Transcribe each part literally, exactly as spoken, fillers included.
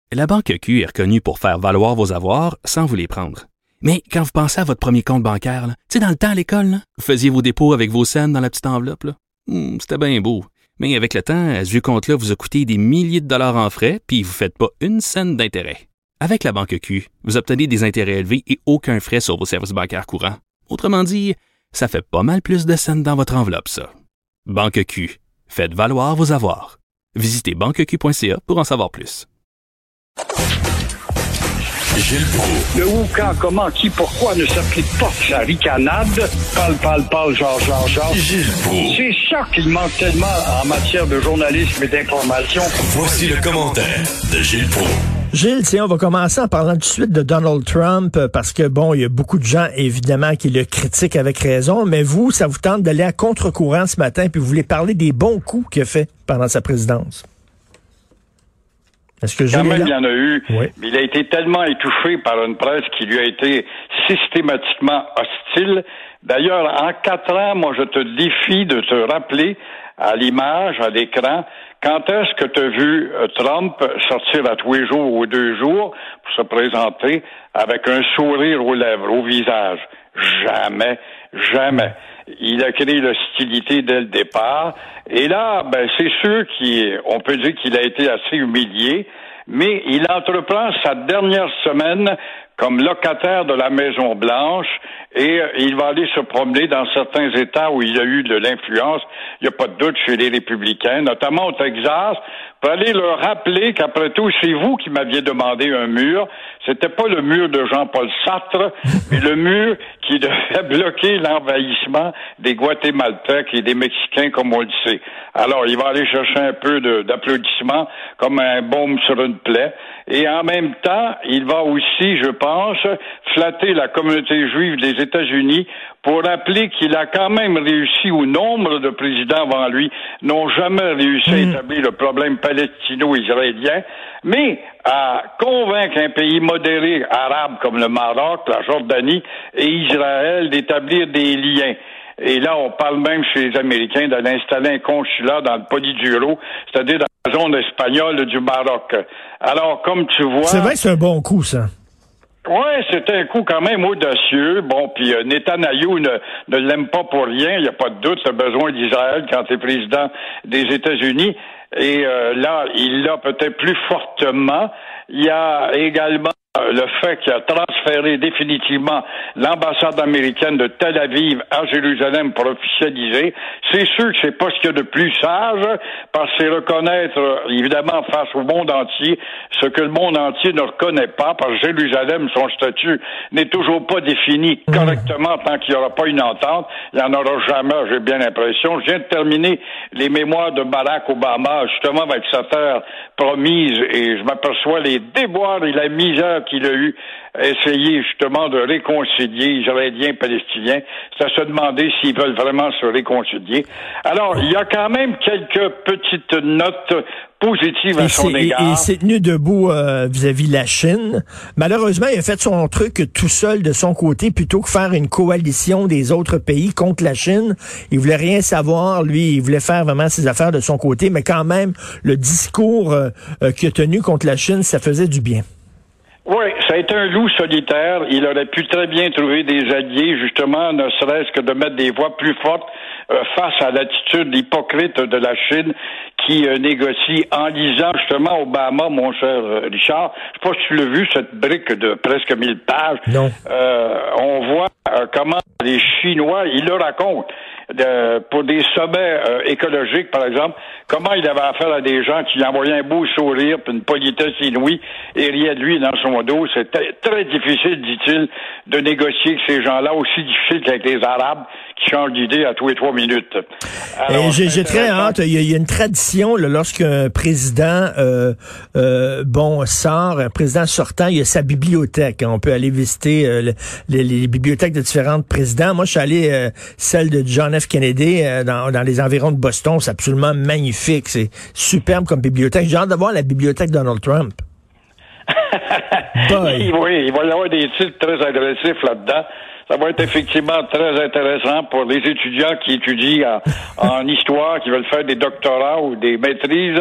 La Banque Q est reconnue pour faire valoir vos avoirs sans vous les prendre. Mais quand vous pensez à votre premier compte bancaire, tu sais, dans le temps à l'école, là, vous faisiez vos dépôts avec vos scènes dans la petite enveloppe. Là. Hum, c'était bien beau. Mais avec le temps, à ce vieux compte-là vous a coûté des milliers de dollars en frais, puis vous ne faites pas une scène d'intérêt. Avec la Banque Q, vous obtenez des intérêts élevés et aucun frais sur vos services bancaires courants. Autrement dit, ça fait pas mal plus de scènes dans votre enveloppe, ça. Banque Q. Faites valoir vos avoirs. Visitez banque q point c a pour en savoir plus. Gilles Proulx. Le où, quand, comment, qui, pourquoi ne s'applique pas sa ricanade. Parle, parle, parle, genre, genre, genre. Gilles Proulx. C'est ça qu'il manque tellement en matière de journalisme et d'information. Voici le commentaire de Gilles Proulx. Gilles, tiens, on va commencer en parlant tout de suite de Donald Trump, parce que, bon, il y a beaucoup de gens, évidemment, qui le critiquent avec raison, mais vous, ça vous tente d'aller à contre-courant ce matin, puis vous voulez parler des bons coups qu'il a fait pendant sa présidence. Est-ce que Quand Gilles même, est là? il y en a eu. Oui. Mais il a été tellement étouffé par une presse qui lui a été systématiquement hostile. D'ailleurs, en quatre ans, moi, je te défie de te rappeler à l'image, à l'écran, quand est-ce que tu as vu Trump sortir à tous les jours ou deux jours pour se présenter avec un sourire aux lèvres, au visage? Jamais, jamais. Il a créé l'hostilité dès le départ. Et là, ben, c'est sûr qu'on peut dire qu'il a été assez humilié, mais il entreprend sa dernière semaine comme locataire de la Maison-Blanche et euh, il va aller se promener dans certains États où il y a eu de l'influence, il n'y a pas de doute, chez les républicains, notamment au Texas, pour aller leur rappeler qu'après tout, c'est vous qui m'aviez demandé un mur. C'était pas le mur de Jean-Paul Sartre, mais le mur qui devait bloquer l'envahissement des Guatémaltèques et des Mexicains, comme on le sait. Alors, il va aller chercher un peu de, d'applaudissements, comme un baume sur une plaie. Et en même temps, il va aussi, je pense, flatter la communauté juive des États-Unis pour rappeler qu'il a quand même réussi, ou nombre de présidents avant lui n'ont jamais réussi à établir le problème palestino-israélien, mais à convaincre un pays modéré arabe comme le Maroc, la Jordanie et Israël d'établir des liens. Et là, on parle même chez les Américains d'aller installer un consulat dans le Polyduro, c'est-à-dire dans la zone espagnole du Maroc. Alors, comme tu vois... C'est vrai que c'est un bon coup, ça. Ouais, c'était un coup quand même audacieux. Bon, puis euh, Netanyahou ne, ne l'aime pas pour rien. Il n'y a pas de doute, c'est besoin d'Israël quand il est président des États-Unis. Et euh, là, il l'a peut-être plus fortement. Il y a également le fait qu'il a transféré définitivement l'ambassade américaine de Tel Aviv à Jérusalem pour officialiser. C'est sûr que c'est pas ce qu'il y a de plus sage, parce que c'est reconnaître, évidemment, face au monde entier, ce que le monde entier ne reconnaît pas, parce que Jérusalem, son statut n'est toujours pas défini correctement tant qu'il n'y aura pas une entente. Il n'y en aura jamais, j'ai bien l'impression. Je viens de terminer les mémoires de Barack Obama, justement, avec sa terre promise, et je m'aperçois les déboires et la misère qu'il a eu à essayer justement de réconcilier Israéliens et Palestiniens. C'est à se demander s'ils veulent vraiment se réconcilier. Alors, il y a quand même quelques petites notes positives à son égard. Et il s'est tenu debout euh, vis-à-vis de la Chine. Malheureusement, il a fait son truc tout seul de son côté, plutôt que faire une coalition des autres pays contre la Chine. Il voulait rien savoir, lui, il voulait faire vraiment ses affaires de son côté, mais quand même, le discours euh, euh, qu'il a tenu contre la Chine, ça faisait du bien. Oui, ça a été un loup solitaire. Il aurait pu très bien trouver des alliés, justement, ne serait-ce que de mettre des voix plus fortes euh, face à l'attitude hypocrite de la Chine qui euh, négocie en lisant justement Obama, mon cher euh, Richard. Je sais pas si tu l'as vu, cette brique de presque mille pages. Non. Euh, on voit euh, comment les Chinois, ils le racontent. De, pour des sommets euh, écologiques, par exemple, comment il avait affaire à des gens qui lui envoyaient un beau sourire puis une politesse inouïe et riaient de lui dans son dos. C'était très difficile, dit-il, de négocier avec ces gens-là, aussi difficile qu'avec les Arabes qui changent d'idée à tous les trois minutes. Alors, j'ai, j'ai très hâte. Il y, a, il y a une tradition là, lorsqu'un président euh, euh, bon sort, un président sortant, il y a sa bibliothèque. On peut aller visiter euh, le, les, les bibliothèques de différents présidents. Moi, je suis allé euh, celle de John F. Kennedy euh, dans, dans les environs de Boston. C'est absolument magnifique. C'est superbe comme bibliothèque. J'ai hâte de voir la bibliothèque de Donald Trump. Oui, il va y avoir des titres très agressifs là-dedans. Ça va être effectivement très intéressant pour les étudiants qui étudient en, en histoire, qui veulent faire des doctorats ou des maîtrises.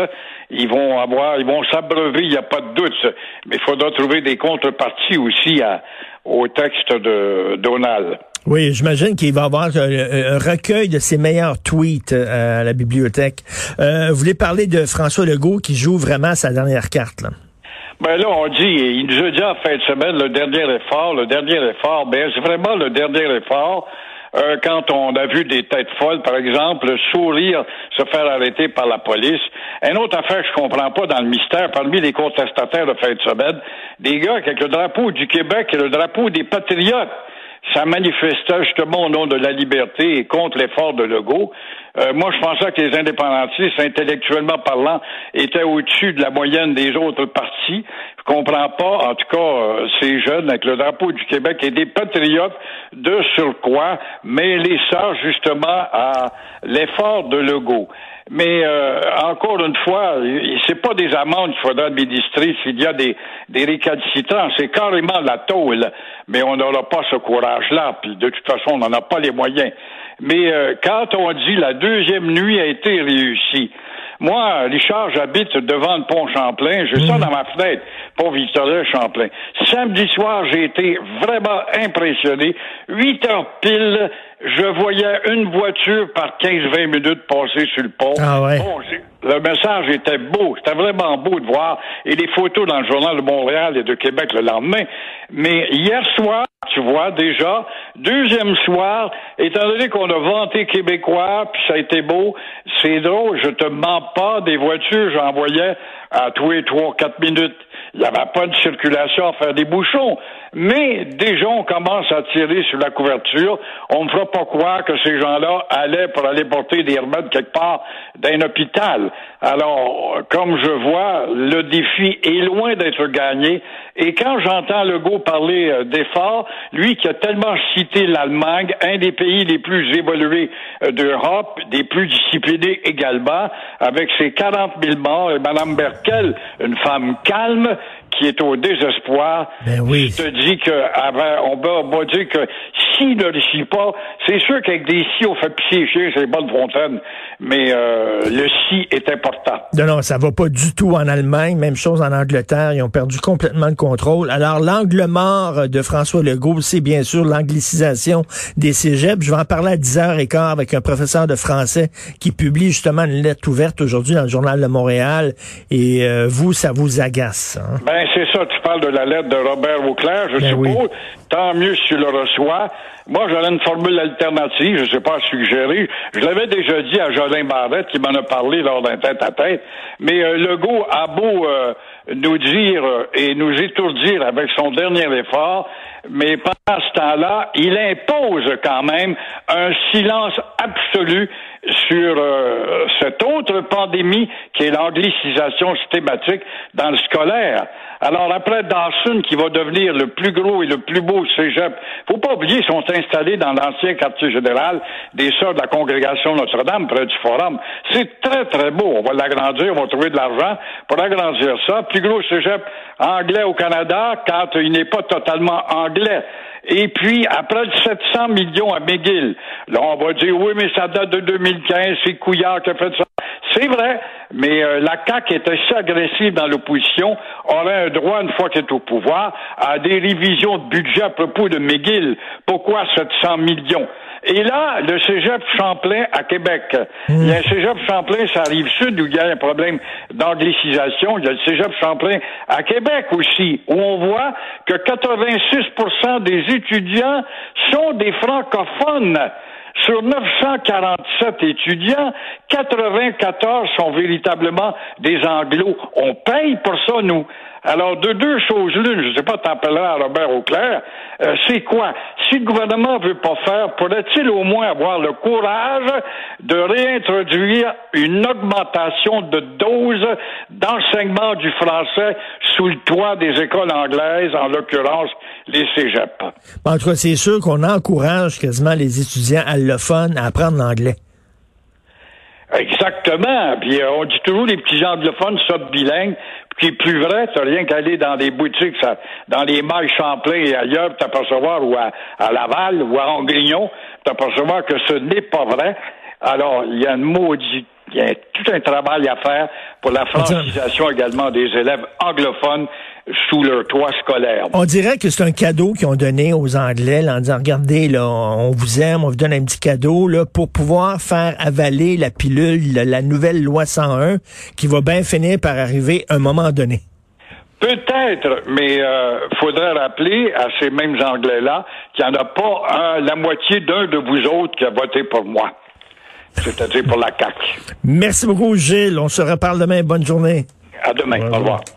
ils vont avoir, ils vont s'abreuver, il n'y a pas de doute. Mais il faudra trouver des contreparties aussi à, au texte de Donald. Oui, j'imagine qu'il va y avoir un, un recueil de ses meilleurs tweets à la bibliothèque. Euh, vous voulez parler de François Legault qui joue vraiment sa dernière carte, là? Ben là, on dit, il nous a dit en fin de semaine, le dernier effort, le dernier effort, ben c'est vraiment le dernier effort. Euh, quand on a vu des têtes folles, par exemple, sourire, se faire arrêter par la police. Une autre affaire que je comprends pas dans le mystère, parmi les contestataires de fin de semaine, des gars avec le drapeau du Québec et le drapeau des Patriotes. Ça manifestait justement au nom de la liberté et contre l'effort de Legault. Euh, moi, je pensais que les indépendantistes, intellectuellement parlant, étaient au-dessus de la moyenne des autres partis. Je comprends pas, en tout cas, euh, ces jeunes avec le drapeau du Québec et des patriotes de surcroît, mêler ça justement à l'effort de Legault. Mais euh, encore une fois, c'est pas des amendes qu'il faudra administrer s'il y a des, des récalcitrants, c'est carrément la tôle. Mais on n'aura pas ce courage-là, puis de toute façon, on n'en a pas les moyens. Mais euh, quand on dit la deuxième nuit a été réussie, moi, Richard, j'habite devant le pont Champlain, j'ai ça dans ma fenêtre, pont Victoria-Champlain. Samedi soir, j'ai été vraiment impressionné. Huit heures pile, je voyais une voiture par quinze vingt minutes passer sur le pont. Ah ouais. Bon, le message était beau, c'était vraiment beau de voir, et les photos dans le Journal de Montréal et de Québec le lendemain. Mais hier soir, tu vois, déjà, deuxième soir, étant donné qu'on a vanté québécois, puis ça a été beau, c'est drôle, je te mens pas, des voitures, j'en voyais à tous les trois, quatre minutes. Il n'y avait pas de circulation à faire des bouchons. Mais déjà, on commence à tirer sur la couverture. On ne fera pas croire que ces gens-là allaient pour aller porter des remèdes quelque part d'un hôpital. Alors, comme je vois, le défi est loin d'être gagné. Et quand j'entends Legault parler euh, d'efforts, lui qui a tellement cité l'Allemagne, un des pays les plus évolués euh, d'Europe, des plus disciplinés également, avec ses quarante mille morts, et Mme Merkel, une femme calme, qui est au désespoir. Ben oui. Je te dis que, avant, on va, on va dire que s'il ne réussit pas, c'est sûr qu'avec des si, on fait pisser chier, c'est bonne fontaine, mais euh, le si est important. Non, non, ça va pas du tout en Allemagne. Même chose en Angleterre. Ils ont perdu complètement le contrôle. Alors, l'angle mort de François Legault, c'est bien sûr l'anglicisation des cégeps. Je vais en parler à dix heures quinze avec un professeur de français qui publie justement une lettre ouverte aujourd'hui dans le Journal de Montréal. Et euh, vous, ça vous agace, hein? Ben, c'est ça. Tu parles de la lettre de Robert Auclair, je ben suppose. Oui. Tant mieux si tu le reçois. Moi, j'aurais une formule alternative, je ne sais pas suggérer. Je l'avais déjà dit à Jolin Barrette, qui m'en a parlé lors d'un tête-à-tête. Mais euh, Legault a beau euh, nous dire euh, et nous étourdir avec son dernier effort, mais pendant ce temps-là, il impose quand même un silence absolu sur euh, cette autre pandémie qui est l'anglicisation systématique dans le scolaire. Alors après Dawson, qui va devenir le plus gros et le plus beau cégep, faut pas oublier, ils sont installés dans l'ancien quartier général des Sœurs de la Congrégation Notre-Dame, près du Forum. C'est très, très beau. On va l'agrandir, on va trouver de l'argent pour agrandir ça. Plus gros cégep anglais au Canada, quand il n'est pas totalement anglais. Et puis, après sept cents millions à McGill, là, on va dire, oui, mais ça date de deux mille quinze, c'est Couillard qui a fait ça. C'est vrai, mais euh, la C A Q est assez agressive dans l'opposition, aurait un droit, une fois qu'elle est au pouvoir, à des révisions de budget à propos de McGill. Pourquoi sept cents millions? Et là, le cégep Champlain à Québec. Mmh. Il y a un cégep Champlain, ça arrive sud, où il y a un problème d'anglicisation. Il y a le cégep Champlain à Québec aussi, où on voit que quatre-vingt-six pour cent des étudiants sont des francophones. Sur neuf cent quarante-sept étudiants, quatre-vingt-quatorze sont véritablement des anglos. On paye pour ça, nous. Alors, de deux choses l'une, je ne sais pas, t'appelleras à Robert Auclair, euh, c'est quoi? Si le gouvernement veut pas faire, pourrait-il au moins avoir le courage de réintroduire une augmentation de doses d'enseignement du français sous le toit des écoles anglaises, en l'occurrence les cégeps? En tout cas, c'est sûr qu'on encourage quasiment les étudiants allophones à apprendre l'anglais. Exactement. Puis euh, on dit toujours les petits anglophones sortent bilingues. Puis plus vrai, t'as rien qu'à aller dans des boutiques, ça, dans les mailles Champlain et ailleurs, pour t'apercevoir, ou à, à Laval, ou à Angrignon, pour t'apercevoir que ce n'est pas vrai. Alors, il y a une maudite Il y a tout un travail à faire pour la francisation également des élèves anglophones sous leur toit scolaire. On dirait que c'est un cadeau qu'ils ont donné aux Anglais là, en disant, regardez, là, on vous aime, on vous donne un petit cadeau là, pour pouvoir faire avaler la pilule, la, la nouvelle loi cent un, qui va bien finir par arriver à un moment donné. Peut-être, mais euh, faudrait rappeler à ces mêmes Anglais-là qu'il n'y en a pas un, la moitié d'un de vous autres qui a voté pour moi. C'est-à-dire pour la C A Q. Merci beaucoup, Gilles. On se reparle demain. Bonne journée. À demain. Au revoir.